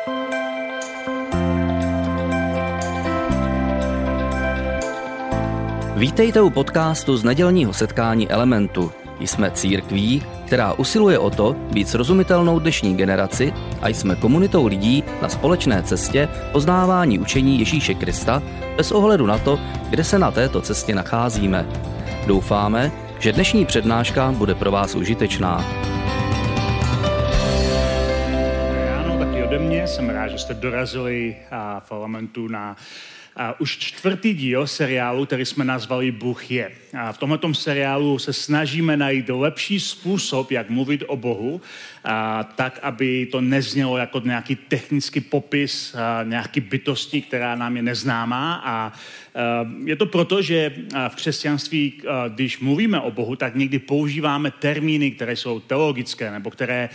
Vítejte u podcastu z nedělního setkání Elementu. Jsme církví, která usiluje o to být srozumitelnou dnešní generaci a jsme komunitou lidí na společné cestě poznávání učení Ježíše Krista bez ohledu na to, kde se na této cestě nacházíme. Doufáme, že dnešní přednáška bude pro vás užitečná. Ráno taky ode mě, jsem rád, že jste dorazili v Elementu na už 4. díl seriálu, který jsme nazvali Bůh je. A v tomto seriálu se snažíme najít lepší způsob, jak mluvit o Bohu, tak, aby to neznělo jako nějaký technický popis nějaký bytosti, která nám je neznámá. A je to proto, že v křesťanství, když mluvíme o Bohu, tak někdy používáme termíny, které jsou teologické, nebo které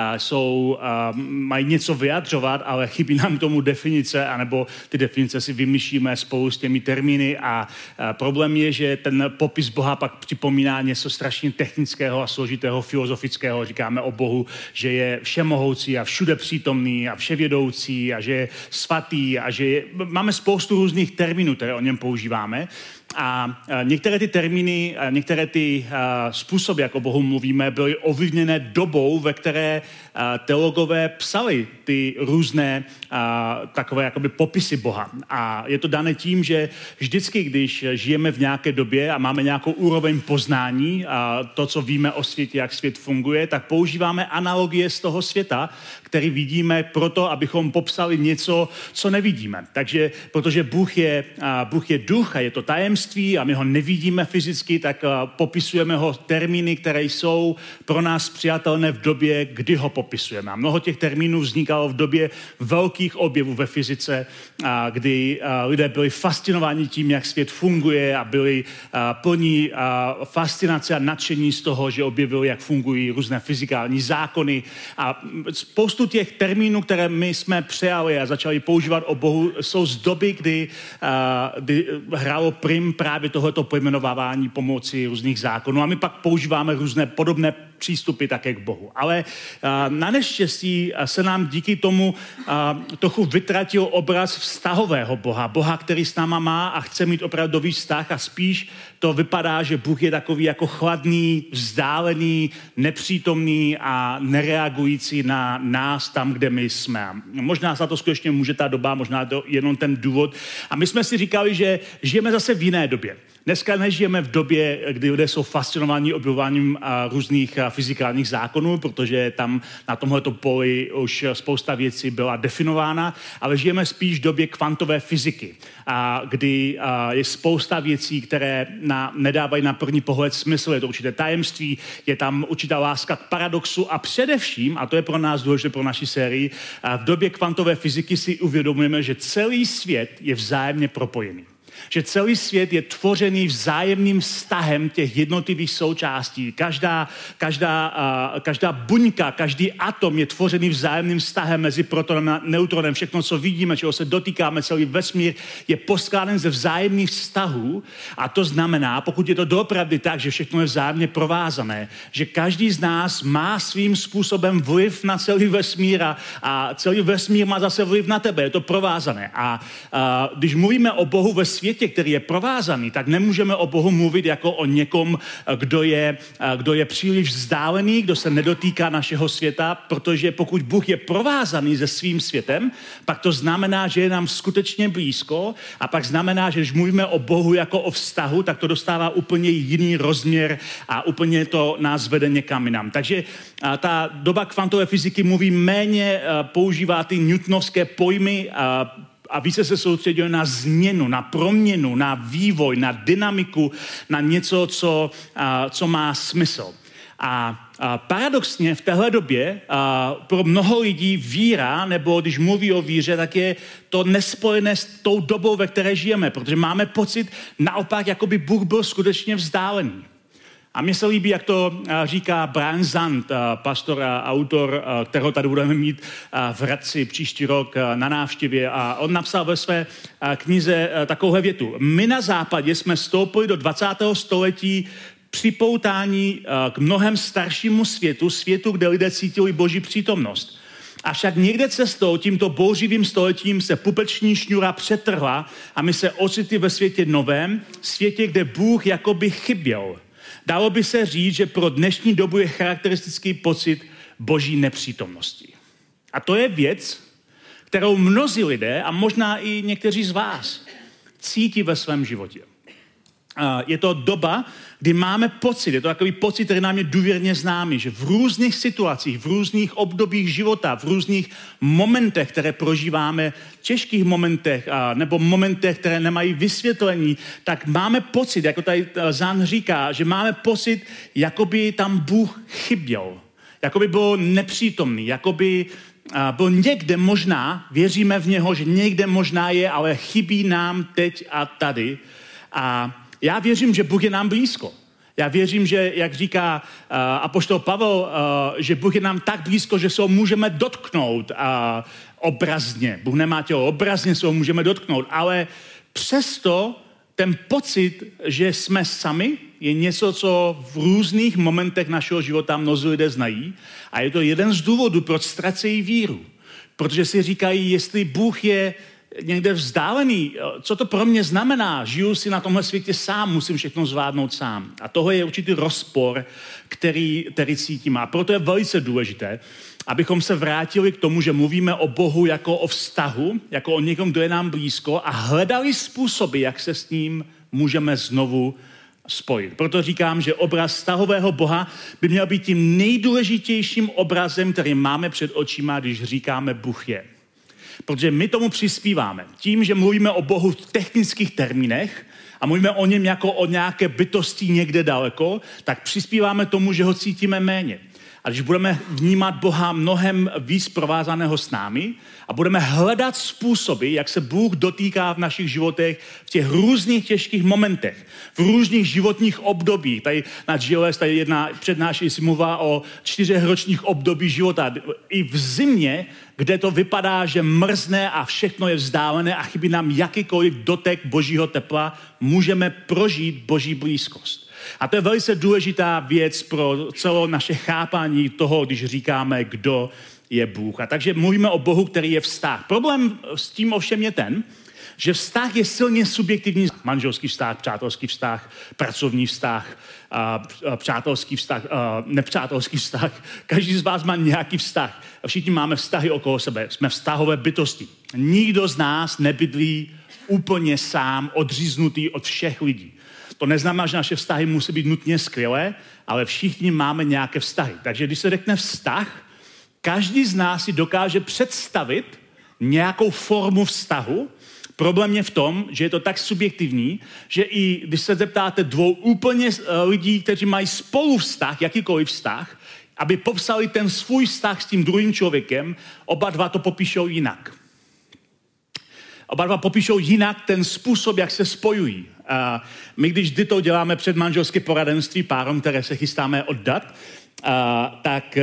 mají něco vyjadřovat, ale chybí nám tomu definice, anebo ty definice si vymýšlíme spolu s těmi termíny. A problém je, že ten popis Boha pak připomíná něco strašně technického a složitého, filozofického. Říkáme o Bohu, že je všemohoucí a všude přítomný a vševědoucí a že je svatý a že máme spoustu různých termínů, které o něm používáme. A některé ty termíny, některé ty způsoby, jak o Bohu mluvíme, byly ovlivněné dobou, ve které teologové psali ty různé takové jakoby popisy Boha. A je to dané tím, že vždycky, když žijeme v nějaké době a máme nějakou úroveň poznání, a to, co víme o světě, jak svět funguje, tak používáme analogie z toho světa, který vidíme proto, abychom popsali něco, co nevidíme. Takže, protože Bůh je duch a je to tajemství a my ho nevidíme fyzicky, tak popisujeme ho termíny, které jsou pro nás přijatelné v době, kdy ho popisujeme. A mnoho těch termínů vznikalo v době velkých objevů ve fyzice, kdy lidé byli fascinováni tím, jak svět funguje a byli plní fascinace a nadšení z toho, že objevili, jak fungují různé fyzikální zákony. A spoustu těch termínů, které my jsme přijali a začali používat o Bohu, jsou z doby, kdy hrálo prim právě tohleto pojmenovávání pomocí různých zákonů. A my pak používáme různé podobné přístupy také k Bohu. Ale na neštěstí se nám díky tomu trochu vytratil obraz vztahového Boha. Boha, který s náma má a chce mít opravdový vztah a spíš to vypadá, že Bůh je takový jako chladný, vzdálený, nepřítomný a nereagující na nás tam, kde my jsme. Možná za to skutečně může ta doba, možná to jenom ten důvod. A my jsme si říkali, že žijeme zase v jiné době. Dneska nežijeme v době, kdy lidé jsou fascinovaní objevováním různých fyzikálních zákonů, protože tam na tomhleto poli už spousta věcí byla definována, ale žijeme spíš v době kvantové fyziky, kdy je spousta věcí, které nedávají na první pohled smysl, je to určité tajemství, je tam určitá láska k paradoxu a především, a to je pro nás důležité pro naši sérii, v době kvantové fyziky si uvědomujeme, že celý svět je vzájemně propojený. Že celý svět je tvořený vzájemným vztahem těch jednotlivých součástí. Každá buňka, každý atom je tvořený vzájemným vztahem mezi protonem a neutronem. Všechno, co vidíme, čeho se dotýkáme, celý vesmír je poskládaný ze vzájemných vztahů. A to znamená, pokud je to doopravdy tak, že všechno je vzájemně provázané, že každý z nás má svým způsobem vliv na celý vesmír a celý vesmír má zase vliv na tebe. Je to provázané. A když mluvíme o Bohu ve světě, který je provázaný, tak nemůžeme o Bohu mluvit jako o někom, kdo je příliš vzdálený, kdo se nedotýká našeho světa, protože pokud Bůh je provázaný se svým světem, pak to znamená, že je nám skutečně blízko a pak znamená, že když mluvíme o Bohu jako o vztahu, tak to dostává úplně jiný rozměr a úplně to nás vede někam jinam. Takže ta doba kvantové fyziky mluví méně, používá ty newtonovské pojmy a více se soustředil na změnu, na proměnu, na vývoj, na dynamiku, na něco, co má smysl. A paradoxně v téhle době pro mnoho lidí víra, nebo když mluví o víře, tak je to nespojené s tou dobou, ve které žijeme, protože máme pocit naopak, jako by Bůh byl skutečně vzdálený. A mně se líbí, jak to říká Brian Zahnd, pastor a autor, kterého tady budeme mít v Hradci příští rok na návštěvě. A on napsal ve své knize takovouhle větu. My na západě jsme vstoupili do 20. století připoutání k mnohem staršímu světu, kde lidé cítili Boží přítomnost. Avšak někde cestou tímto bouřivým stoletím se pupeční šňůra přetrhla a my se ocitli ve světě novém, světě, kde Bůh jakoby chyběl. Dalo by se říct, že pro dnešní dobu je charakteristický pocit Boží nepřítomnosti. A to je věc, kterou mnozí lidé, a možná i někteří z vás, cítí ve svém životě. Je to doba, kdy máme pocit, je to takový pocit, který nám je důvěrně známý, že v různých situacích, v různých obdobích života, v různých momentech, které prožíváme, těžkých momentech nebo momentech, které nemají vysvětlení, tak máme pocit, jako tady Zán říká, že máme pocit, jako by tam Bůh chyběl, jako by byl nepřítomný, jako by byl někde možná, věříme v něho, že někde možná je, ale chybí nám teď a tady. A já věřím, že Bůh je nám blízko. Já věřím, že, jak říká apoštol Pavel, že Bůh je nám tak blízko, že se ho můžeme dotknout obrazně. Bůh nemá tělo, obrazně se ho můžeme dotknout, ale přesto ten pocit, že jsme sami, je něco, co v různých momentech našeho života mnozí lidé znají. A je to jeden z důvodů, proč ztracejí víru. Protože si říkají, jestli Bůh je někde vzdálený, co to pro mě znamená? Žiju si na tomhle světě sám, musím všechno zvládnout sám. A tohle je určitý rozpor, který cítím. A proto je velice důležité, abychom se vrátili k tomu, že mluvíme o Bohu jako o vztahu, jako o někom, kdo je nám blízko a hledali způsoby, jak se s ním můžeme znovu spojit. Proto říkám, že obraz vztahového Boha by měl být tím nejdůležitějším obrazem, který máme před očima, když říkáme Bůh je. Protože my tomu přispíváme. Tím, že mluvíme o Bohu v technických termínech a mluvíme o něm jako o nějaké bytosti někde daleko, tak přispíváme tomu, že ho cítíme méně. A když budeme vnímat Boha mnohem víc provázaného s námi a budeme hledat způsoby, jak se Bůh dotýká v našich životech v těch různých těžkých momentech, v různých životních obdobích. Tady na GLS, tady jedna přednáší si mluvá o 4ročních období života. I v zimě, kde to vypadá, že mrzne a všechno je vzdálené a chybí nám jakýkoliv dotek Božího tepla, můžeme prožít Boží blízkost. A to je velice důležitá věc pro celé naše chápání toho, když říkáme, kdo je Bůh. A takže mluvíme o Bohu, který je vztah. Problém s tím ovšem je ten, že vztah je silně subjektivní. Manželský vztah, přátelský vztah, pracovní vztah, přátelský vztah, nepřátelský vztah. Každý z vás má nějaký vztah. Všichni máme vztahy okolo sebe. Jsme vztahové bytosti. Nikdo z nás nebydlí úplně sám, odříznutý od všech lidí. To neznamená, že naše vztahy musí být nutně skvělé, ale všichni máme nějaké vztahy. Takže když se řekne vztah, každý z nás si dokáže představit nějakou formu vztahu. Problém je v tom, že je to tak subjektivní, že i když se zeptáte dvou úplně lidí, kteří mají spolu vztah, jakýkoliv vztah, aby popsali ten svůj vztah s tím druhým člověkem, oba dva to popíšou jinak. Oba dva popíšou jinak ten způsob, jak se spojují. My, když to děláme předmanželské poradenství párům, které se chystáme oddat, tak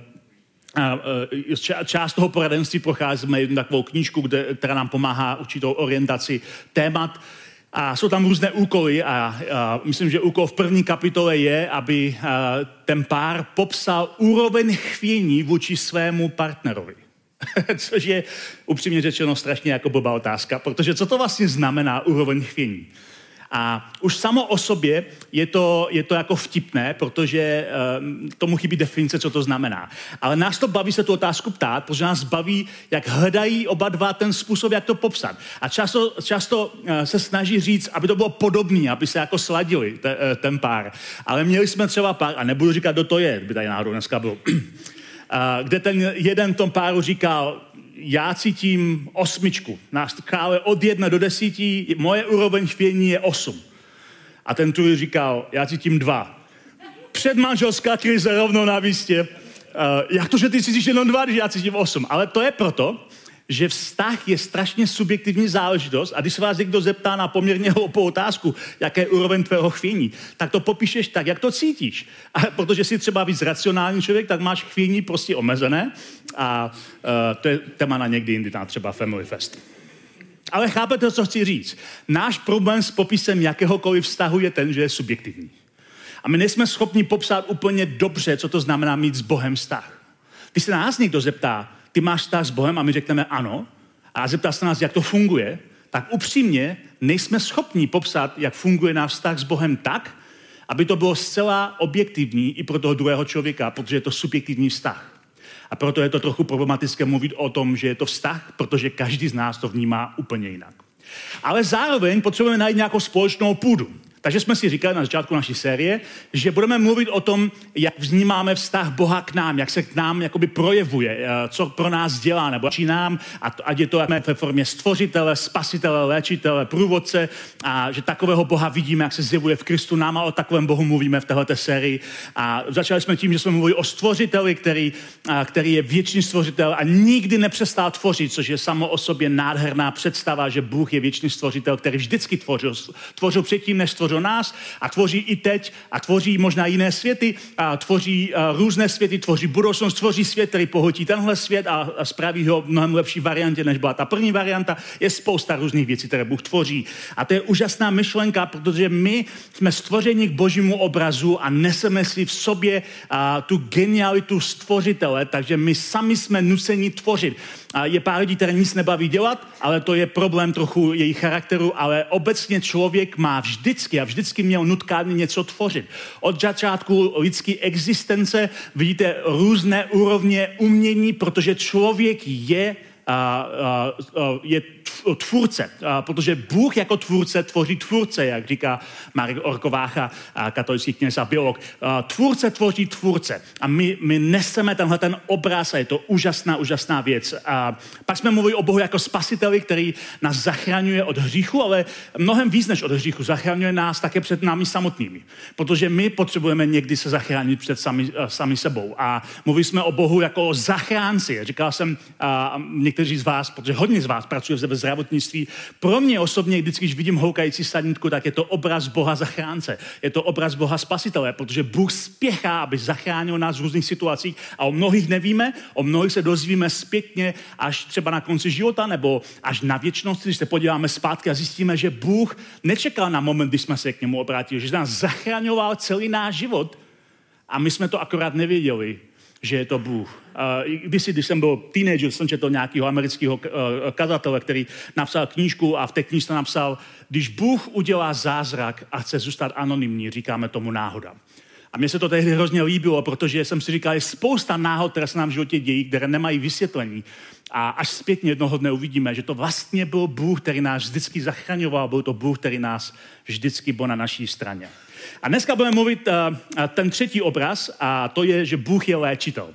část toho poradenství procházíme jednu takovou knížku, která nám pomáhá určitou orientaci témat. A jsou tam různé úkoly a myslím, že úkol v první kapitole je, aby ten pár popsal úroveň chvění vůči svému partnerovi. Což je upřímně řečeno strašně jako blbá otázka, protože co to vlastně znamená úroveň chvění? A už samo o sobě je to jako vtipné, protože tomu chybí definice, co to znamená. Ale nás to baví se tu otázku ptát, protože nás baví, jak hledají oba dva ten způsob, jak to popsat. A často se snaží říct, aby to bylo podobné, aby se jako sladili ten pár. Ale měli jsme třeba pár, a nebudu říkat, kdo to je, by tady náhodou dneska byl, kde ten jeden tom páru říkal, já cítím 8. Na škále od 1 do 10, moje úroveň chvění je 8. A ten druhý říkal, já cítím 2. Předmanželská krize rovnou na místě. Jak to, že ty cítíš jenom 2, když já cítím 8? Ale to je proto, že vztah je strašně subjektivní záležitost a když se vás někdo zeptá na poměrně hloupou otázku, jaké je úroveň tvého chvění, tak to popíšeš tak, jak to cítíš. A protože jsi třeba víc racionální člověk, tak máš chvění prostě omezené a to je téma na někdy jindy, třeba Family Fest. Ale chápete, co chci říct? Náš problém s popisem jakéhokoliv vztahu je ten, že je subjektivní. A my nejsme schopni popsat úplně dobře, co to znamená mít s Bohem vztah. Když se nás někdo zeptá, ty máš vztah s Bohem a my řekneme ano a zeptá se nás, jak to funguje, tak upřímně nejsme schopni popsat, jak funguje náš vztah s Bohem tak, aby to bylo zcela objektivní i pro toho druhého člověka, protože je to subjektivní vztah. A proto je to trochu problematické mluvit o tom, že je to vztah, protože každý z nás to vnímá úplně jinak. Ale zároveň potřebujeme najít nějakou společnou půdu. Takže jsme si říkali na začátku naší série, že budeme mluvit o tom, jak vnímáme vztah Boha k nám, jak se k nám jakoby projevuje, co pro nás dělá, nebo či nám, ať je to ve formě stvořitele, spasitele, léčitele, průvodce, a že takového Boha vidíme, jak se zjevuje v Kristu nám, a o takovém Bohu mluvíme v této sérii. A začali jsme tím, že jsme mluvili o stvořiteli, který je věčný stvořitel a nikdy nepřestal tvořit, což je samo o sobě nádherná představa, že Bůh je věčný stvořitel, který vždycky tvořil předtím, než stvořil nás a tvoří i teď a tvoří možná jiné světy a tvoří různé světy, tvoří budoucnost, tvoří svět, který pohltí tenhle svět a spraví ho v mnohem lepší variantě, než byla ta první varianta. Je spousta různých věcí, které Bůh tvoří. A to je úžasná myšlenka, protože my jsme stvořeni k Božímu obrazu a neseme si v sobě tu genialitu stvořitele, takže my sami jsme nuceni tvořit. Je pár lidí, které nic nebaví dělat, ale to je problém trochu jejich charakteru, ale obecně člověk má vždycky měl nutkání něco tvořit. Od začátku lidské existence vidíte různé úrovně umění, protože člověk je tvůrce, protože Bůh jako tvůrce tvoří tvůrce, jak říká Marek Orkovácha, katolický kněz a biolog. Tvůrce tvoří tvůrce a my neseme tenhle ten obraz a je to úžasná věc. A pak jsme mluvili o Bohu jako spasiteli, který nás zachraňuje od hříchu, ale mnohem víc než od hříchu. Zachraňuje nás také před námi samotnými, protože my potřebujeme někdy se zachránit před sami sebou. A mluvili jsme o Bohu jako o zachránci. Říkal jsem někteří z vás, protože hodně z vás pracuje ve zdravotnictví. Pro mě osobně, když vidím houkající sanitku, tak je to obraz Boha zachránce. Je to obraz Boha spasitele, protože Bůh spěchá, aby zachránil nás v různých situacích a o mnohých nevíme, o mnohých se dozvíme zpětně až třeba na konci života nebo až na věčnost, když se podíváme zpátky a zjistíme, že Bůh nečekal na moment, když jsme se k němu obrátili, že nás zachraňoval celý náš život a my jsme to akorát nevěděli, že je to Bůh. Když jsem byl teenager, jsem četl nějakého amerického kazatele, který napsal knížku a v té knížce napsal, když Bůh udělá zázrak a chce zůstat anonymní, říkáme tomu náhoda. A mně se to tehdy hrozně líbilo, protože jsem si říkal, je spousta náhod, které se nám v životě dějí, které nemají vysvětlení. A až zpětně jednoho dne uvidíme, že to vlastně byl Bůh, který nás vždycky zachraňoval, byl to Bůh, který nás vždycky byl na naší straně. A dneska budeme mluvit ten třetí obraz a to je, že Bůh je léčitel.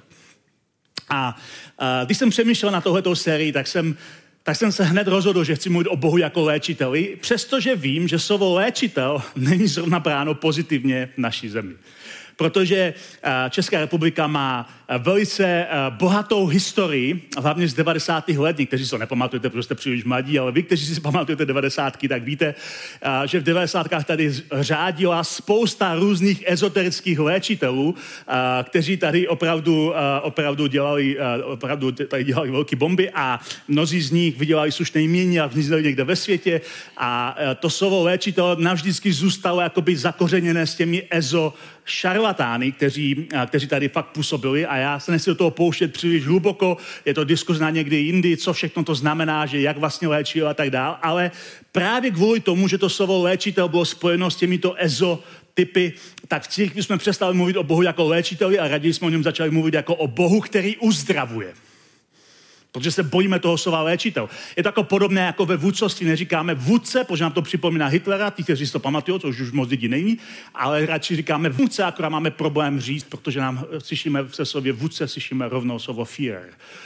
A když jsem přemýšlel na tohletou sérii, tak jsem se hned rozhodl, že chci mluvit o Bohu jako léčiteli, přestože vím, že slovo léčitel není zrovna bráno pozitivně v naší zemi. Protože Česká republika má velice bohatou historii, hlavně z 90. let. Někteří si to nepamatujete, protože jste příliš mladí, ale vy, kteří si pamatujete 90. tak víte, že v 90. tady řádila spousta různých ezoterických léčitelů, kteří tady opravdu dělali velké bomby a mnozí z nich vydělali slušné jmění a zmizeli někde ve světě. A to slovo léčitel navždycky zůstalo jakoby zakořeněné s těmi šarlatány, kteří tady fakt působili a já se nechci do toho pouštět příliš hluboko, je to diskuz na někdy jindy, co všechno to znamená, že jak vlastně léčil a tak dál, ale právě kvůli tomu, že to slovo léčitel bylo spojeno s těmito typy, tak v církvi jsme přestali mluvit o Bohu jako léčiteli a raději jsme o něm začali mluvit jako o Bohu, který uzdravuje. Protože se bojíme toho slova léčitel. Je to jako podobné jako ve vůdcovství, neříkáme vůdce, protože nám to připomíná Hitlera, ti, kteří si to pamatují, což už moc lidí není, ale radši říkáme vůdce, akorát máme problém říct, protože nám slyšíme v slově vůdce, slyšíme rovnou slovo Führer.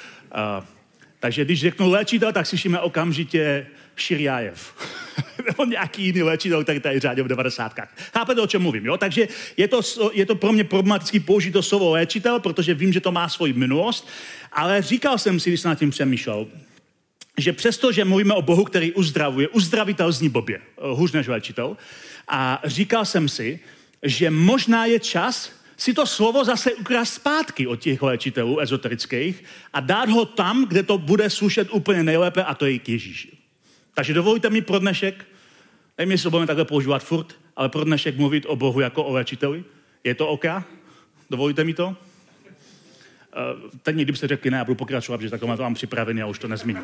Takže když řeknu léčitel, tak slyšíme okamžitě Širjájev. Nebo nějaký jiný léčitel, který tady řádil v 90kách. Chápete, o čem mluvím, jo? Takže je to pro mě problematický použít to slovo léčitel, protože vím, že to má svoji minulost, ale říkal jsem si, když jsem nad tím přemýšlel, že přesto, že mluvíme o Bohu, který uzdravuje, uzdravitel zní blbě, hůř než léčitel, a říkal jsem si, že možná je čas si to slovo zase ukrást zpátky od těch léčitelů ezoterických a dát ho tam, kde to bude slušet úplně nejlépe, a to je k Ježíši. Takže dovolíte mi pro dnešek, nevím, jestli budeme takhle používat furt, ale pro dnešek mluvit o Bohu jako o léčiteli. Je to OK? Dovolíte mi to? Teď kdyby se řekli, ne, já budu pokračovat, protože takhle to mám připravený a už to nezmíním.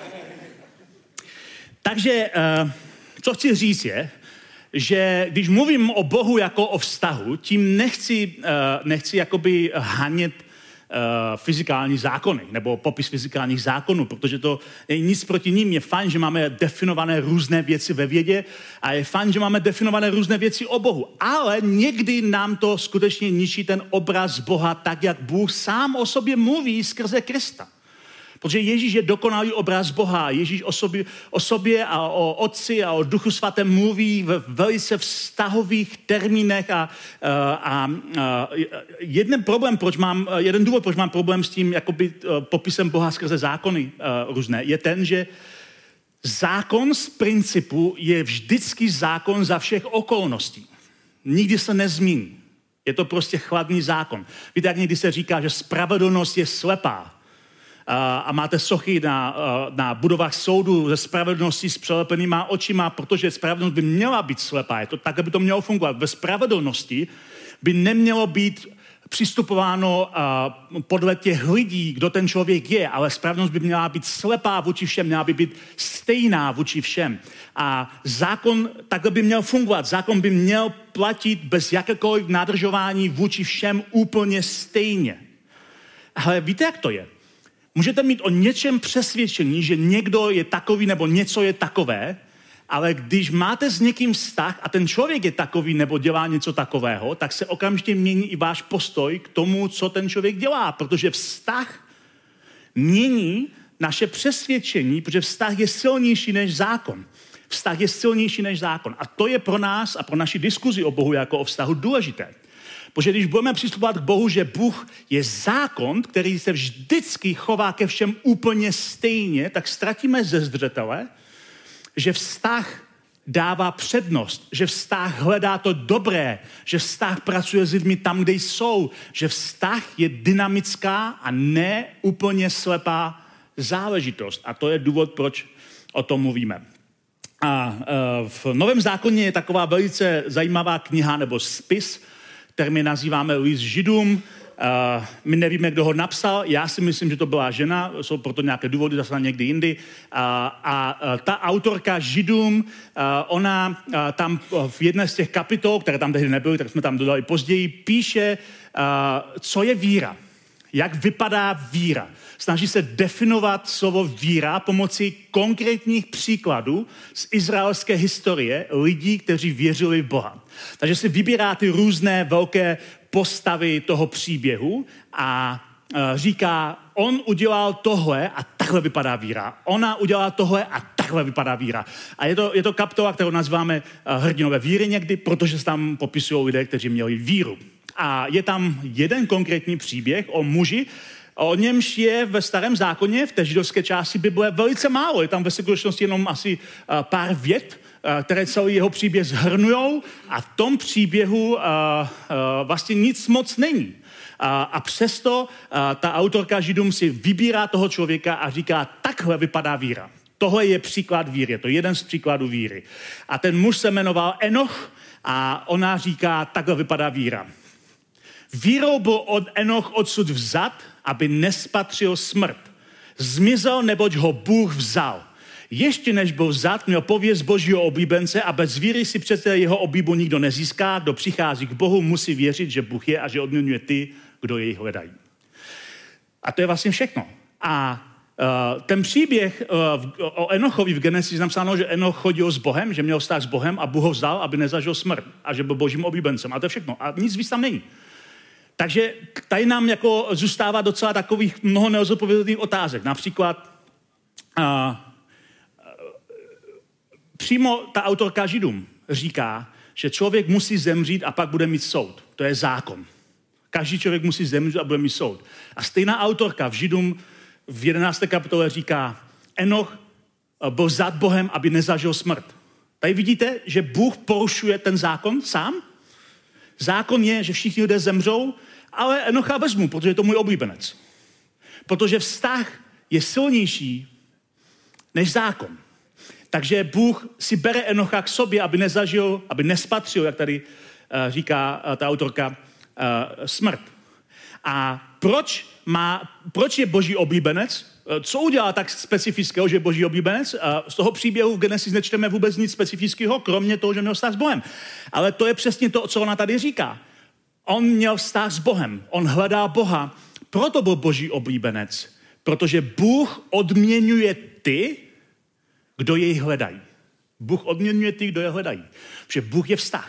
Takže, co chci říct je, že když mluvím o Bohu jako o vztahu, tím nechci jakoby hanět fyzikální zákony, nebo popis fyzikálních zákonů, protože to je nic proti ním. Je fajn, že máme definované různé věci ve vědě a je fajn, že máme definované různé věci o Bohu. Ale někdy nám to skutečně ničí ten obraz Boha tak, jak Bůh sám o sobě mluví skrze Krista. Protože Ježíš je dokonalý obraz Boha. Ježíš o sobě a o Otci a o Duchu Svatém mluví v velice vztahových termínech a jeden důvod, proč mám problém s tím jakoby popisem Boha skrze zákony různé, je ten, že zákon z principu je vždycky zákon za všech okolností. Nikdy se nezmění. Je to prostě chladný zákon. Víte, jak někdy se říká, že spravedlnost je slepá. A máte sochy na budovách soudu ze spravedlnosti s přelepenýma očima, protože spravedlnost by měla být slepá. Je to tak, aby to mělo fungovat. Ve spravedlnosti by nemělo být přistupováno podle těch lidí, kdo ten člověk je, ale spravedlnost by měla být slepá vůči všem, měla by být stejná vůči všem. A zákon takhle by měl fungovat. Zákon by měl platit bez jakékoliv nadržování vůči všem úplně stejně. Ale víte, jak to je? Můžete mít o něčem přesvědčení, že někdo je takový nebo něco je takové, ale když máte s někým vztah a ten člověk je takový nebo dělá něco takového, tak se okamžitě mění i váš postoj k tomu, co ten člověk dělá, protože vztah mění naše přesvědčení, protože vztah je silnější než zákon. Vztah je silnější než zákon. A to je pro nás a pro naši diskuzi o Bohu jako o vztahu důležité. Protože když budeme přistupovat k Bohu, že Bůh je zákon, který se vždycky chová ke všem úplně stejně, tak ztratíme ze zřetele, že vztah dává přednost, že vztah hledá to dobré, že vztah pracuje s lidmi tam, kde jsou, že vztah je dynamická a ne úplně slepá záležitost. A to je důvod, proč o tom mluvíme. A v Novém zákoně je taková velice zajímavá kniha nebo spis, který my nazýváme List Židům. My nevíme, kdo ho napsal. Já si myslím, že to byla žena, jsou proto nějaké důvody, zase někdy jindy. A ta autorka Židům, ona tam v jedné z těch kapitol, které tam tehdy nebyly, tak jsme tam dodali později, píše, co je víra. Jak vypadá víra. Snaží se definovat slovo víra pomocí konkrétních příkladů z izraelské historie lidí, kteří věřili v Boha. Takže si vybírá ty různé velké postavy toho příběhu a říká, on udělal tohle a takhle vypadá víra. Ona udělala tohle a takhle vypadá víra. A je to kapitola, kterou nazýváme hrdinové víry někdy, protože se tam popisují lidé, kteří měli víru. A je tam jeden konkrétní příběh o muži, o němž je ve Starém zákoně, v té židovské části Bible velice málo. Je tam ve skutečnosti jenom asi pár vět, které celý jeho příběh zhrnujou a v tom příběhu vlastně nic moc není. A přesto ta autorka Židům si vybírá toho člověka a říká, takhle vypadá víra. Tohle je příklad víry, je to jeden z příkladů víry. A ten muž se jmenoval Enoch a ona říká, takhle vypadá víra. Vírou byl Enoch odsud vzat, aby nespatřil smrt. Zmizel, neboť ho Bůh vzal. Ještě než byl vzat, měl pověst Božího oblíbence a bez víry si přece jeho oblíbu nikdo nezíská. Kdo přichází k Bohu, musí věřit, že Bůh je a že odměňuje ty, kdo jej hledají. A to je vlastně všechno. A ten příběh o Enochovi v Genesis napsáno, že Enoch chodil s Bohem, že měl vztah s Bohem a Bůh ho vzal, aby nezažil smrt a že byl Božím oblíbencem. A to je všechno. A nic víc tam není. Takže tady nám jako zůstává docela takových mnoho nezodpovědných otázek. Například přímo ta autorka Židům říká, že člověk musí zemřít a pak bude mít soud. To je zákon. Každý člověk musí zemřít a bude mít soud. A stejná autorka v Židům v 11. kapitole říká, Enoch byl vzat Bohem, aby nezažil smrt. Tady vidíte, že Bůh porušuje ten zákon sám. Zákon je, že všichni lidé zemřou, ale Enocha vezmu, protože je to můj oblíbenec. Protože vztah je silnější než zákon. Takže Bůh si bere Enocha k sobě, aby nezažil, aby nespatřil, jak tady říká ta autorka, smrt. A proč je Boží oblíbenec? Co udělá tak specifického, že je Boží oblíbenec? Z toho příběhu v Genesis nečteme vůbec nic specifického, kromě toho, že měl vztah s Bohem. Ale to je přesně to, co ona tady říká. On měl vztah s Bohem, on hledá Boha, proto byl Boží oblíbenec. Protože Bůh odměňuje ty, kdo jej hledají. Bůh odměňuje ty, kdo je hledají. Protože Bůh je vztah.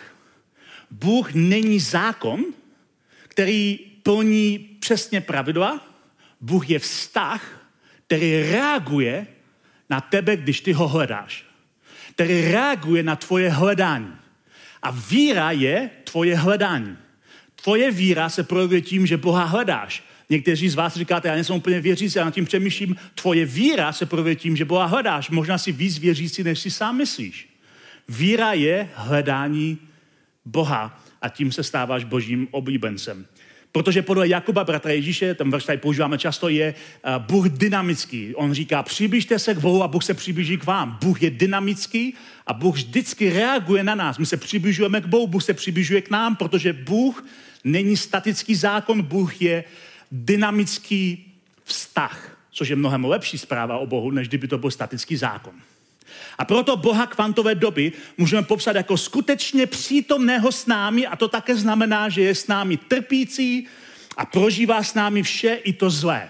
Bůh není zákon, který plní přesně pravidla. Bůh je vztah, který reaguje na tebe, když ty ho hledáš. Který reaguje na tvoje hledání. A víra je tvoje hledání. Tvoje víra se projevuje tím, že Boha hledáš. Někteří z vás říkáte, já nejsem úplně věřící, já nad tím přemýšlím. Tvoje víra se projevuje tím, že Boha hledáš. Možná si víc věřící, než si sám myslíš. Víra je hledání Boha a tím se stáváš Božím oblíbencem. Protože podle Jakuba, bratra Ježíše, ten verš tady používáme často, je Bůh dynamický. On říká, přiblížte se k Bohu a Bůh se přiblíží k vám. Bůh je dynamický a Bůh vždycky reaguje na nás. My se přibližujeme k Bohu, Bůh se přibližuje k nám, protože Bůh není statický zákon, Bůh je dynamický vztah, což je mnohem lepší zpráva o Bohu, než kdyby to byl statický zákon. A proto Boha kvantové doby můžeme popsat jako skutečně přítomného s námi a to také znamená, že je s námi trpící a prožívá s námi vše i to zlé.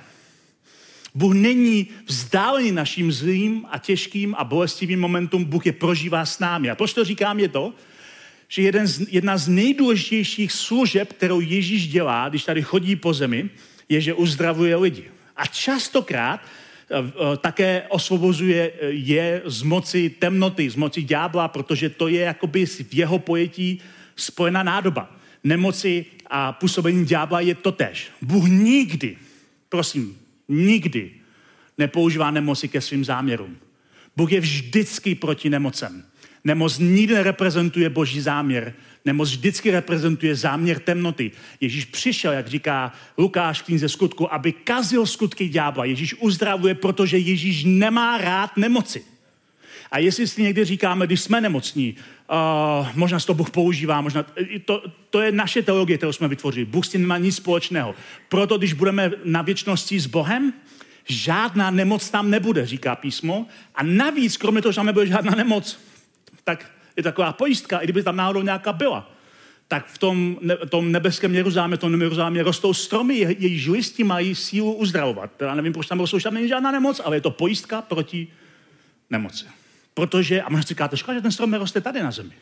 Bůh není vzdálený našim zlým a těžkým a bolestivým momentům, Bůh je prožívá s námi. A proč to říkám je to, že jedna z nejdůležitějších služeb, kterou Ježíš dělá, když tady chodí po zemi, je, že uzdravuje lidi. A častokrát také osvobozuje je z moci temnoty, z moci ďábla, protože to je jakoby v jeho pojetí spojená nádoba. Nemoci a působení ďábla je totéž. Bůh nikdy, prosím, nikdy nepoužívá nemoci ke svým záměrům. Bůh je vždycky proti nemocem. Nemoc nikdy nereprezentuje Boží záměr. Nemoc vždycky reprezentuje záměr temnoty. Ježíš přišel, jak říká Lukáš v knize Skutku, aby kazil skutky ďábla. Ježíš uzdravuje, protože Ježíš nemá rád nemoci. A jestli si někdy říkáme, když jsme nemocní, možná to Bůh používá, možná to je naše teologie, kterou jsme vytvořili. Bůh s tím nemá nic společného. Proto, když budeme na věčnosti s Bohem, žádná nemoc tam nebude, říká písmo. A navíc, kromě toho, že tam nebude žádná nemoc, tak je taková pojistka, i kdyby tam náhodou nějaká byla. Tak v tom nebeském Jeruzalémě, rostou stromy, jejíž listy mají sílu uzdravovat. Teda nevím, proč tam rostou, tam není žádná nemoc, ale je to pojistka proti nemoci. Protože, a možná si říkáte, škoda, že ten strom neroste tady na zemi.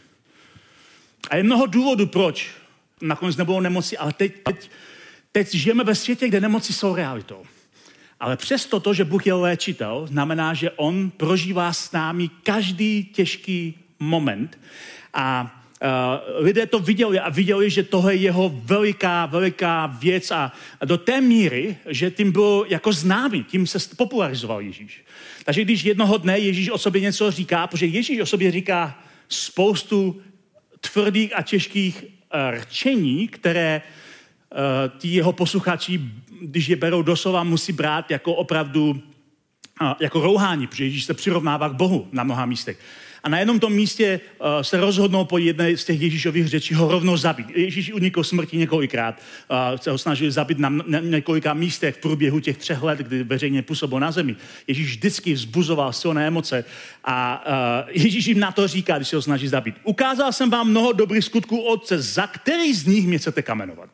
A je mnoho důvodů, proč nakonec nebudou nemoci, ale teď žijeme ve světě, kde nemoci jsou realitou. Ale přesto to, že Bůh je léčitel, znamená, že on prožívá s námi každý těžký moment. A lidé to viděli, že tohle je jeho veliká věc a do té míry, že tím byl jako známý, tím se popularizoval Ježíš. Takže když jednoho dne Ježíš o sobě něco říká, protože Ježíš o sobě říká spoustu tvrdých a těžkých rčení, které ti jeho posluchači, když je berou doslova, musí brát jako opravdu jako rouhání, protože Ježíš se přirovnává k Bohu na mnoha místech. A na jednom tom místě se rozhodnou po jedné z těch Ježíšových řečí ho rovnou zabít. Ježíš unikl smrti několikrát, se ho snažili zabít na několika místech v průběhu těch 3 let, kdy veřejně působil na zemi. Ježíš vždycky vzbuzoval silné emoce a Ježíš jim na to říká, když se ho snaží zabít. Ukázal jsem vám mnoho dobrých skutků Otce, za který z nich mě chcete kamenovat.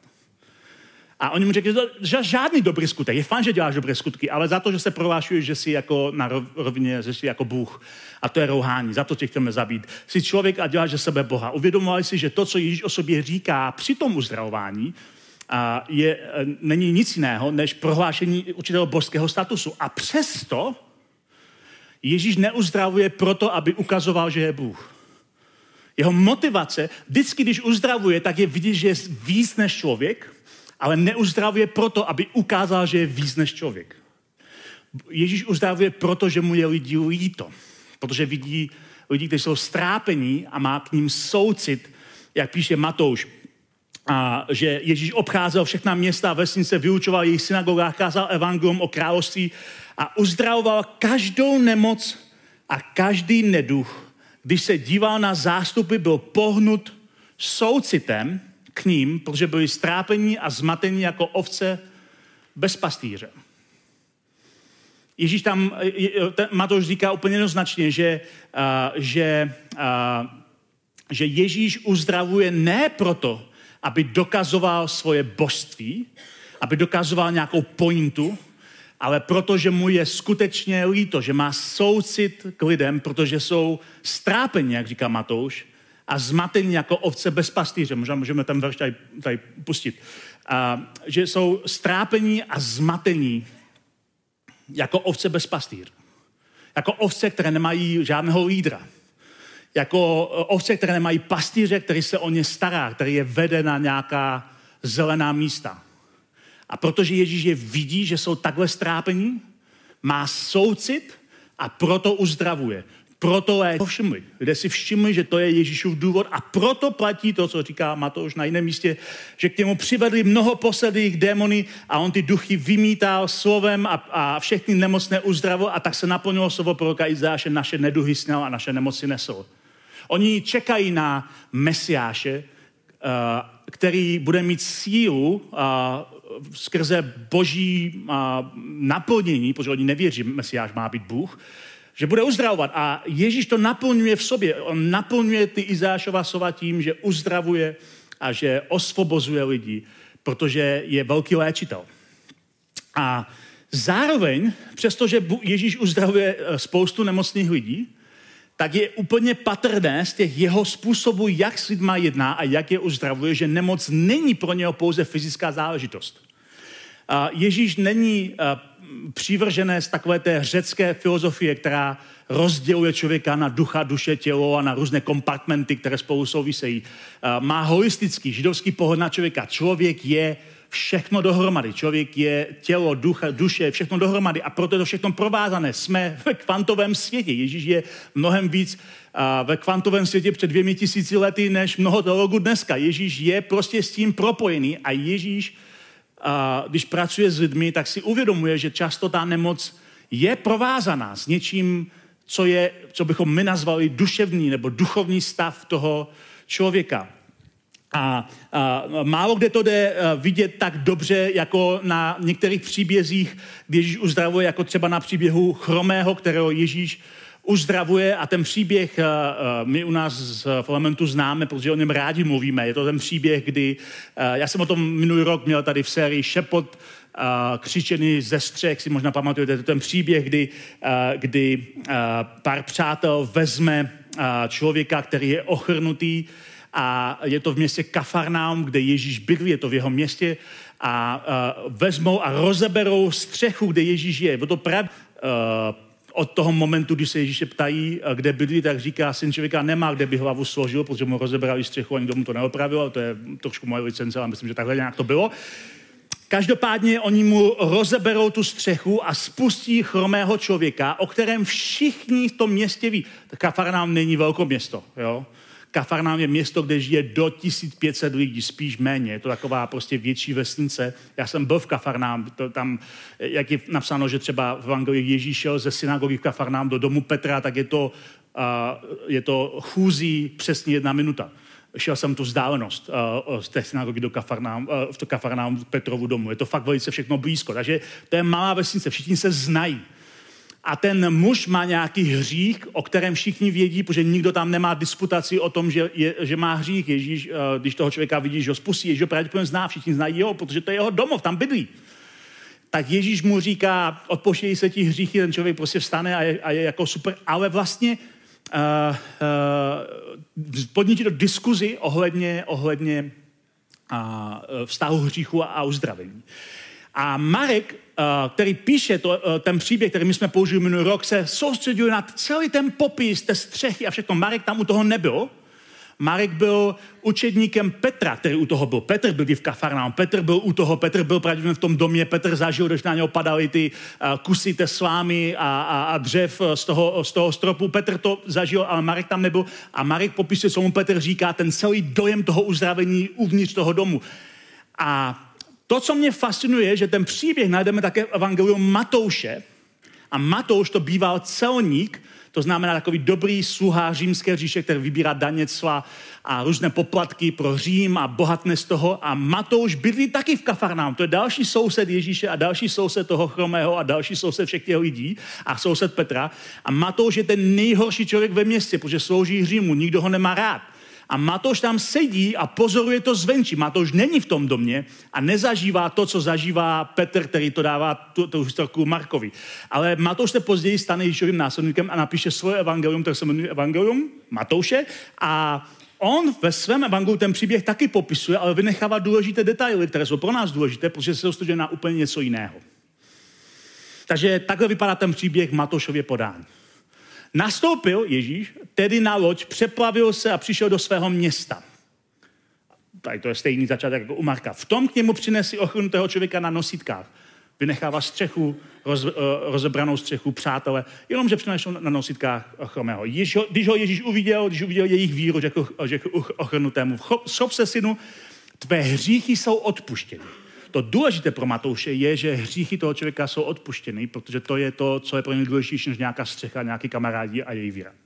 A oni mu řekli, že žádný dobrý skutek. Je fajn, že děláš dobré skutky, ale za to, že se prohlášuješ, že jsi jako na rovině, že jsi jako Bůh. A to je rouhání, za to tě chceme zabít. Jsi člověk a děláš ze sebe Boha. Uvědomovali si, že to, co Ježíš o sobě říká při tom uzdravování, není nic jiného, než prohlášení určitého božského statusu. A přesto Ježíš neuzdravuje proto, aby ukazoval, že je Bůh. Jeho motivace, vždycky, když uzdravuje, tak je vidět, že je víc než člověk, ale neuzdravuje proto, aby ukázal, že je víc než člověk. Ježíš uzdravuje proto, že mu je lidí líto. Protože vidí lidi, kteří jsou strápení a má k ním soucit, jak píše Matouš. A že Ježíš obcházel všechna města a vesnice, vyučoval jejich synagogách, kázal evangelium o království a uzdravoval každou nemoc a každý neduch. Když se díval na zástupy, byl pohnut soucitem k ním, protože byli strápení a zmatení jako ovce bez pastýře. Ježíš tam, Matouš říká úplně jednoznačně, že Ježíš uzdravuje ne proto, aby dokazoval svoje božství, aby dokazoval nějakou pointu, ale protože mu je skutečně líto, že má soucit k lidem, protože jsou strápeni, jak říká Matouš, a zmatení jako ovce bez pastýře. Možná můžeme ten verš tady pustit. Že jsou strápení a zmatení jako ovce bez pastýře. Jako ovce, které nemají žádného lídra. Jako ovce, které nemají pastýře, který se o ně stará, který je vede na nějaká zelená místa. A protože Ježíš je vidí, že jsou takhle strápení, má soucit a proto uzdravuje. Proto je všimli. Lidé si všimli, že to je Ježíšův důvod a proto platí to, co říká Matouš na jiném místě, že k němu přivedli mnoho posedlých démony a on ty duchy vymítal slovem a všechny nemocné uzdravil a tak se naplnilo slovo proroka Izajáše, naše neduhy sněl a naše nemoci nesl. Oni čekají na Mesiáše, který bude mít sílu skrze boží naplnění, protože oni nevěří, že Mesiáš má být Bůh, že bude uzdravovat. A Ježíš to naplňuje v sobě. On naplňuje ty Izajášova slova tím, že uzdravuje a že osvobozuje lidi, protože je velký léčitel. A zároveň, přestože Ježíš uzdravuje spoustu nemocných lidí, tak je úplně patrné z těch jeho způsobů, jak s lidma jedná a jak je uzdravuje, že nemoc není pro něho pouze fyzická záležitost. Ježíš není přivržené z takové té řecké filozofie, která rozděluje člověka na ducha, duše, tělo a na různé kompartmenty, které spolu souvisejí. Má holistický židovský pohled na člověka. Člověk je všechno dohromady. Člověk je tělo, ducha, duše, všechno dohromady a proto je to všechno provázané. Jsme ve kvantovém světě. Ježíš je mnohem víc ve kvantovém světě před 2000 lety, než mnoho teologů dneska. Ježíš je prostě s tím propojený a Ježíš, když pracuje s lidmi, tak si uvědomuje, že často ta nemoc je provázaná s něčím, co bychom my nazvali duševní nebo duchovní stav toho člověka. A málo kde to jde vidět tak dobře, jako na některých příbězích, kdy Ježíš uzdravuje, jako třeba na příběhu chromého, kterého Ježíš uzdravuje a ten příběh my u nás v Elementu známe, protože o něm rádi mluvíme. Je to ten příběh, kdy, já jsem o tom minulý rok měl tady v sérii Šepot, křičený ze střech, si možná pamatujete, to ten příběh, kdy pár přátel vezme člověka, který je ochrnutý a je to v městě Kafarnaum, kde Ježíš bydlí, je to v jeho městě a vezmou a rozeberou střechu, kde Ježíš je. Bylo to právě od toho momentu, když se Ježíše ptají, kde bydlí, tak říká, syn člověka nemá, kde by hlavu složil, protože mu rozebrali střechu a nikdo mu to neopravil, to je trošku moje licence, ale myslím, že takhle nějak to bylo. Každopádně oni mu rozeberou tu střechu a spustí chromého člověka, o kterém všichni v tom městě ví. Kafarnaum není velké město, jo. Kafarnaum je město, kde žije do 1500 lidí, spíš méně. Je to taková prostě větší vesnice. Já jsem byl v Kafarnaum, tam, jak je napsáno, že třeba v Evangelii Ježíš šel ze synagogy v Kafarnaum do domu Petra, tak je to chůzí přesně 1 minuta. Šel jsem tu vzdálenost z té synagogy do Kafarnaum v Petrovu domu. Je to fakt velice všechno blízko. Takže to je malá vesnice, všichni se znají. A ten muž má nějaký hřích, o kterém všichni vědí, protože nikdo tam nemá disputaci o tom, že má hřích. Ježíš, když toho člověka vidí, že ho spustí, Ježíš ho pravděpodobně zná, všichni znají ho, protože to je jeho domov, tam bydlí. Tak Ježíš mu říká, odpouštějí se ti hříchy, ten člověk prostě vstane a je jako super, ale vlastně podnítí do diskuzi ohledně vztahu hříchu a uzdravení. A Marek, který píše ten příběh, který my jsme použili minulý rok, se soustředuje na celý ten popis té střechy a všechno. Marek tam u toho nebyl. Marek byl učedníkem Petra, který u toho byl. Petr byl v Kafarnaum, Petr byl u toho, Petr byl pravděpodobně v tom domě, Petr zažil, když na něho padaly ty kusy té slámy a dřev z toho stropu. Petr to zažil, ale Marek tam nebyl. A Marek popisuje, co mu Petr říká, ten celý dojem toho uzdravení uvnitř toho domu. A to, co mě fascinuje, že ten příběh najdeme také v Evangeliu Matouše. A Matouš to býval celník, To znamená takový dobrý sluha římské říše, který vybírá daně, cla a různé poplatky pro Řím a bohatne z toho. A Matouš bydlí taky v Kafarnaum. To je další soused Ježíše a další soused toho chromého a další soused všech těch lidí a soused Petra. A Matouš je ten nejhorší člověk ve městě, protože slouží Římu, nikdo ho nemá rád. A Matouš tam sedí a pozoruje to zvenčí. Matouš není v tom domě a nezažívá to, co zažívá Petr, který to dává tu historku Markovi. Ale Matouš se později stane Ježíšovým následníkem a napíše svoje evangelium, které se jmenuje Evangelium Matouše. A on ve svém evangeliu ten příběh taky popisuje, ale vynechává důležité detaily, které jsou pro nás důležité, protože se soustředí na úplně něco jiného. Takže takhle vypadá ten příběh Matoušově podání. Nastoupil Ježíš tedy na loď, přeplavil se a přišel do svého města. Tady to je stejný začátek jako u Marka. V tom k němu přinesli ochrnutého člověka na nosítkách. Vynechává střechu, rozebranou střechu, přátelé, jenomže přinesl na nosítkách chromého. Když ho Ježíš uviděl jejich víru, řekl ochrnutému, schop se, synu, tvé hříchy jsou odpuštěny. To důležité pro Matouše je, že hříchy toho člověka jsou odpuštěny, protože to je to, co je pro ně důležitější než nějaká střecha, nějaký kamarádi a její víra.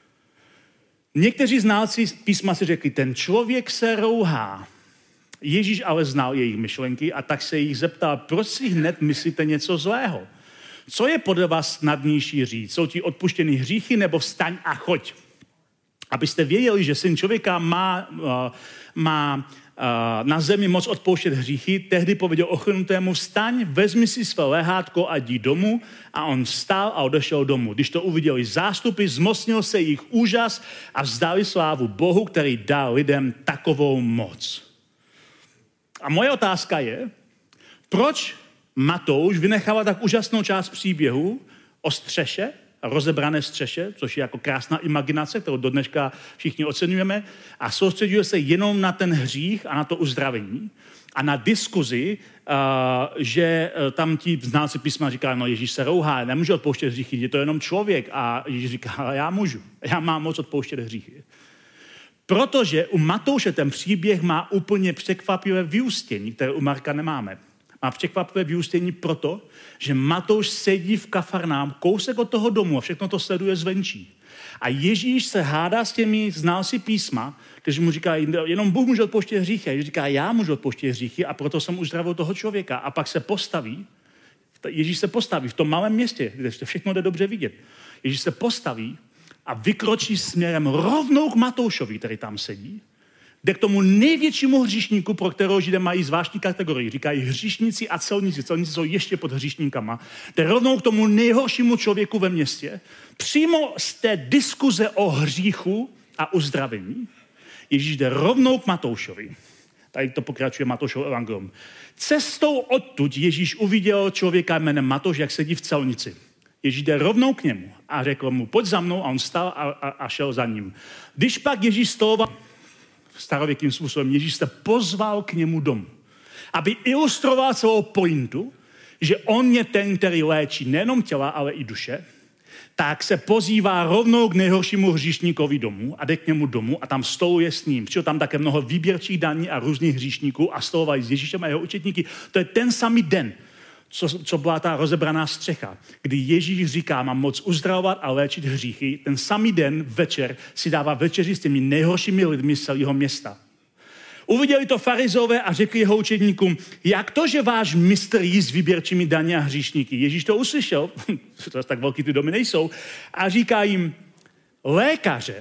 Někteří znalci písma si řekli, ten člověk se rouhá. Ježíš ale znal jejich myšlenky a tak se jich zeptal, proč si hned myslíte něco zlého? Co je podle vás snadnější říct? Jsou ti odpuštěny hříchy nebo vstaň a choď? Abyste věděli, že syn člověka má na zemi moc odpouštět hříchy, tehdy pověděl ochrnutému, vstaň, vezmi si své lehátko a jdi domů. A on vstal a odešel domů. Když to uviděli zástupy, zmocnil se jich úžas a vzdali slávu Bohu, který dal lidem takovou moc. A moje otázka je, proč Matouš vynechává tak úžasnou část příběhu o střeše, rozebrané střeše, což je jako krásná imaginace, kterou do dneška všichni oceňujeme, a soustředuje se jenom na ten hřích a na to uzdravení a na diskuzi, že tam ti znalci písma říkají, no Ježíš se rouhá, nemůže odpouštět hříchy, je to jenom člověk. A Ježíš říká, ale já můžu, já mám moc odpouštět hříchy. Protože u Matouše ten příběh má úplně překvapivé vyústění, které u Marka nemáme. Má překvapivé vyústění proto, že Matouš sedí v Kafarnaum, kousek od toho domu a všechno to sleduje zvenčí. A Ježíš se hádá s těmi znalci písma, kteří mu říkají, jenom Bůh může odpouštět hříchy. A Ježíš říká, já můžu odpouštět hříchy a proto jsem uzdravil toho člověka. A pak se postaví, Ježíš se postaví v tom malém městě, kde to všechno jde dobře vidět. Ježíš se postaví a vykročí směrem rovnou k Matoušovi, který tam sedí, jde k tomu největšímu hříšníku, pro kterého Židé mají zvláštní kategorii. Říkají hříšníci a celníci. Celníci jsou ještě pod hříšníkama. Jde rovnou k tomu nejhoršímu člověku ve městě. Přímo z té diskuze o hříchu a uzdravení Ježíš jde rovnou k Matoušovi. Tady to pokračuje Matoušovo evangelium. Cestou odtud Ježíš uviděl člověka jménem Matouš, jak sedí v celnici. Ježíš jde rovnou k němu a řekl mu, pojď za mnou, a on stal a šel za ním. Když pak Ježíš stoloval starověkým způsobem, Ježíš se pozval k němu domů, aby ilustroval celou pointu, že on je ten, který léčí nejenom těla, ale i duše, tak se pozývá rovnou k nejhoršímu hříšníkovi domů a jde k němu domů a tam stoluje s ním. Přišlo tam také mnoho výběrčích daní a různých hříšníků a stolovali s Ježíšem a jeho učetníky. To je ten samý den, co byla ta rozebraná střecha, kdy Ježíš říká, mám moc uzdravovat a léčit hříchy. Ten samý den večer si dává večeři s těmi nejhoršími lidmi z celého města. Uviděli to farizové a řekli jeho učedníkům, jak to, že váš mistr jí s výběrčími daně a hříšníky. Ježíš to uslyšel, to tak velký ty domy nejsou, a říká jim, lékaře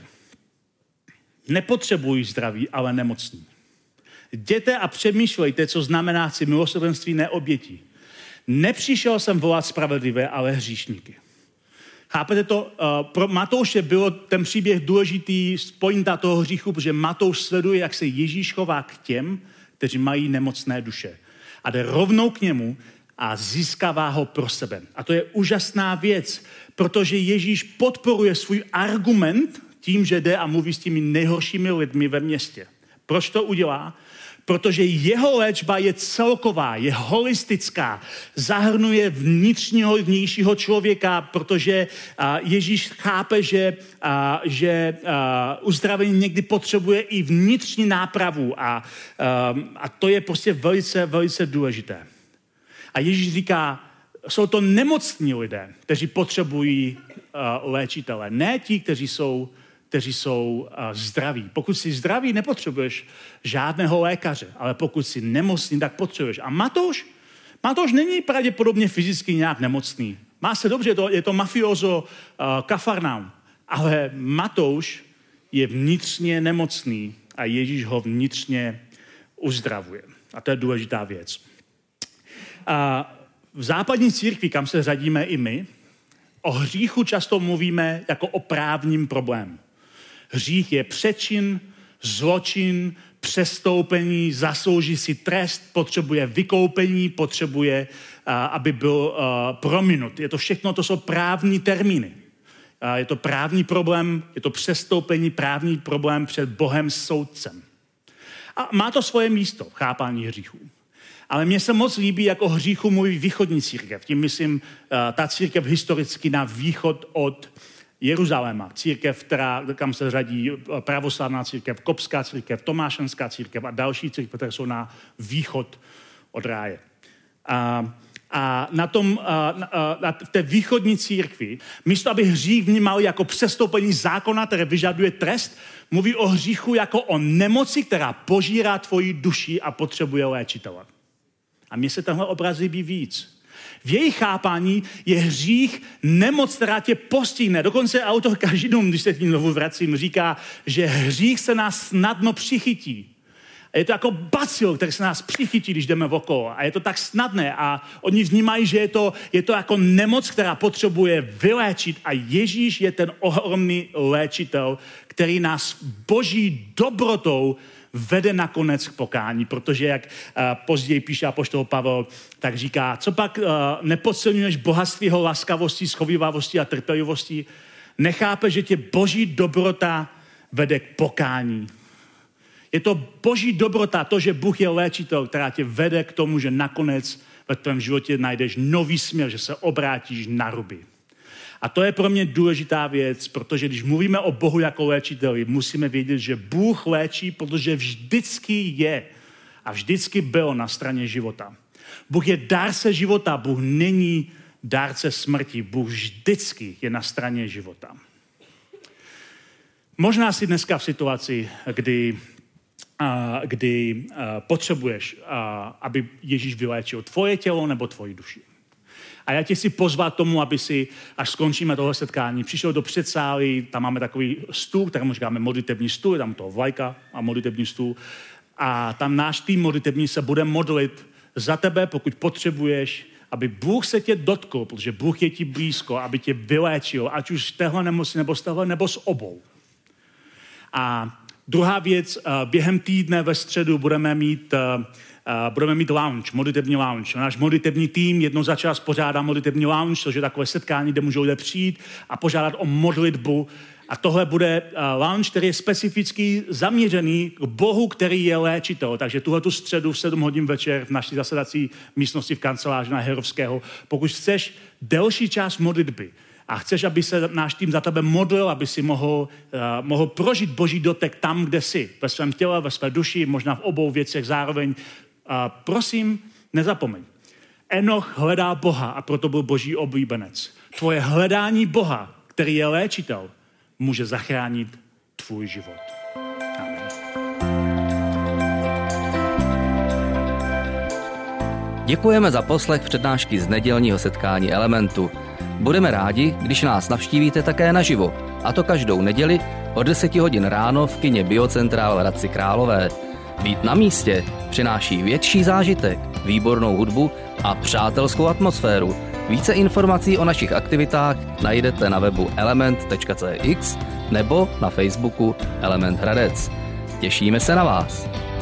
nepotřebují zdraví, ale nemocní. Jděte a přemýšlejte, co znamená chci milosrdenství, ne obětí. Nepřišel jsem volat spravedlivé, ale hříšníky. Chápete to? Pro Matouše bylo ten příběh důležitý z pointa toho hříchu, protože Matouš sleduje, jak se Ježíš chová k těm, kteří mají nemocné duše. A jde rovnou k němu a získává ho pro sebe. A to je úžasná věc, protože Ježíš podporuje svůj argument tím, že jde a mluví s těmi nejhoršími lidmi ve městě. Proč to udělá? Protože jeho léčba je celková, je holistická, zahrnuje vnitřního i vnějšího člověka, protože Ježíš chápe, že uzdravení někdy potřebuje i vnitřní nápravu a to je prostě velice, velice důležité. A Ježíš říká, jsou to nemocní lidé, kteří potřebují léčitele. Ne ti, kteří jsou zdraví. Pokud jsi zdravý, nepotřebuješ žádného lékaře, ale pokud jsi nemocný, tak potřebuješ. A Matouš není pravděpodobně fyzicky nějak nemocný. Má se dobře, je to mafiozo Kafarnaum, ale Matouš je vnitřně nemocný a Ježíš ho vnitřně uzdravuje. A to je důležitá věc. A v západní církvi, kam se řadíme i my, o hříchu často mluvíme jako o právním problému. Hřích je přečin, zločin, přestoupení, zaslouží si trest, potřebuje vykoupení, potřebuje, aby byl prominut. Je to všechno, to jsou právní termíny. Je to právní problém, je to přestoupení, právní problém před Bohem soudcem. A má to svoje místo v chápání hříchů. Ale mně se moc líbí, jak o hříchu mluví východní církev. Tím myslím ta církev historicky na východ od Jeruzaléma. Církev, kam se řadí pravoslavná církev, kopská církev, tomášenská církev a další církev, které jsou na východ od ráje. A v té východní církvi, místo aby hřích vnímal jako přestoupení zákona, které vyžaduje trest, mluví o hříchu jako o nemoci, která požírá tvoji duši a potřebuje léčitele. A mně se tenhle obraz líbí víc. V jejich chápání je hřích nemoc, která tě postihne. Dokonce autor Kažidům, když se tím znovu vracím, říká, že hřích se nás snadno přichytí. A je to jako bacil, který se nás přichytí, když jdeme okolo. A je to tak snadné. A oni vnímají, že je to jako nemoc, která potřebuje vyléčit. A Ježíš je ten ohromný léčitel, který nás boží dobrotou vede nakonec k pokání, protože jak později píše apoštol Pavel, tak říká, co pak nepodceňuješ bohatství jeho laskavosti, schovívavosti a trpělivosti, nechápe, že tě boží dobrota vede k pokání. Je to boží dobrota, to, že Bůh je léčitel, která tě vede k tomu, že nakonec ve tvém životě najdeš nový směr, že se obrátíš na ruby. A to je pro mě důležitá věc, protože když mluvíme o Bohu jako léčiteli, musíme vědět, že Bůh léčí, protože vždycky je a vždycky byl na straně života. Bůh je dárce života, Bůh není dárce smrti, Bůh vždycky je na straně života. Možná jsi dneska v situaci, kdy potřebuješ, aby Ježíš vyléčil tvoje tělo nebo tvoji duši. A já tě chci pozvat tomu, aby si, až skončíme tohle setkání, přišel do předsálí, tam máme takový stůl, kterému říkáme modlitební stůl, je tam toho vlajka a modlitební stůl. A tam náš tým modlitební se bude modlit za tebe, pokud potřebuješ, aby Bůh se tě dotkl, protože Bůh je ti blízko, aby tě vyléčil, ať už z téhle nemoci, nebo z téhle, nebo z obou. A druhá věc, během týdne ve středu budeme mít lounge, modlitební lounge. Náš modlitební tým jednou za čas pořádá modlitební lounge, což je takové setkání, kde můžou lidé přijít a požádat o modlitbu. A tohle bude lounge, který je specificky zaměřený k Bohu, který je léčitel. Takže tuhletu středu v 7 hodin večer v naší zasedací místnosti v kanceláři na Herovského. Pokud chceš delší čas modlitby a chceš, aby se náš tým za tebe modlil, aby si mohl prožít boží dotek tam, kde jsi, ve svém těle, ve své duši, možná v obou věcech zároveň, prosím, nezapomeň. Enoch hledá Boha a proto byl boží oblíbenec. Tvoje hledání Boha, který je léčitel, může zachránit tvůj život. Amen. Děkujeme za poslech přednášky z nedělního setkání Elementu. Budeme rádi, když nás navštívíte také naživo, a to každou neděli od 10 hodin ráno v kině Biocentrál v Hradci Králové. Být na místě přináší větší zážitek, výbornou hudbu a přátelskou atmosféru. Více informací o našich aktivitách najdete na webu element.cx nebo na Facebooku Element Hradec. Těšíme se na vás.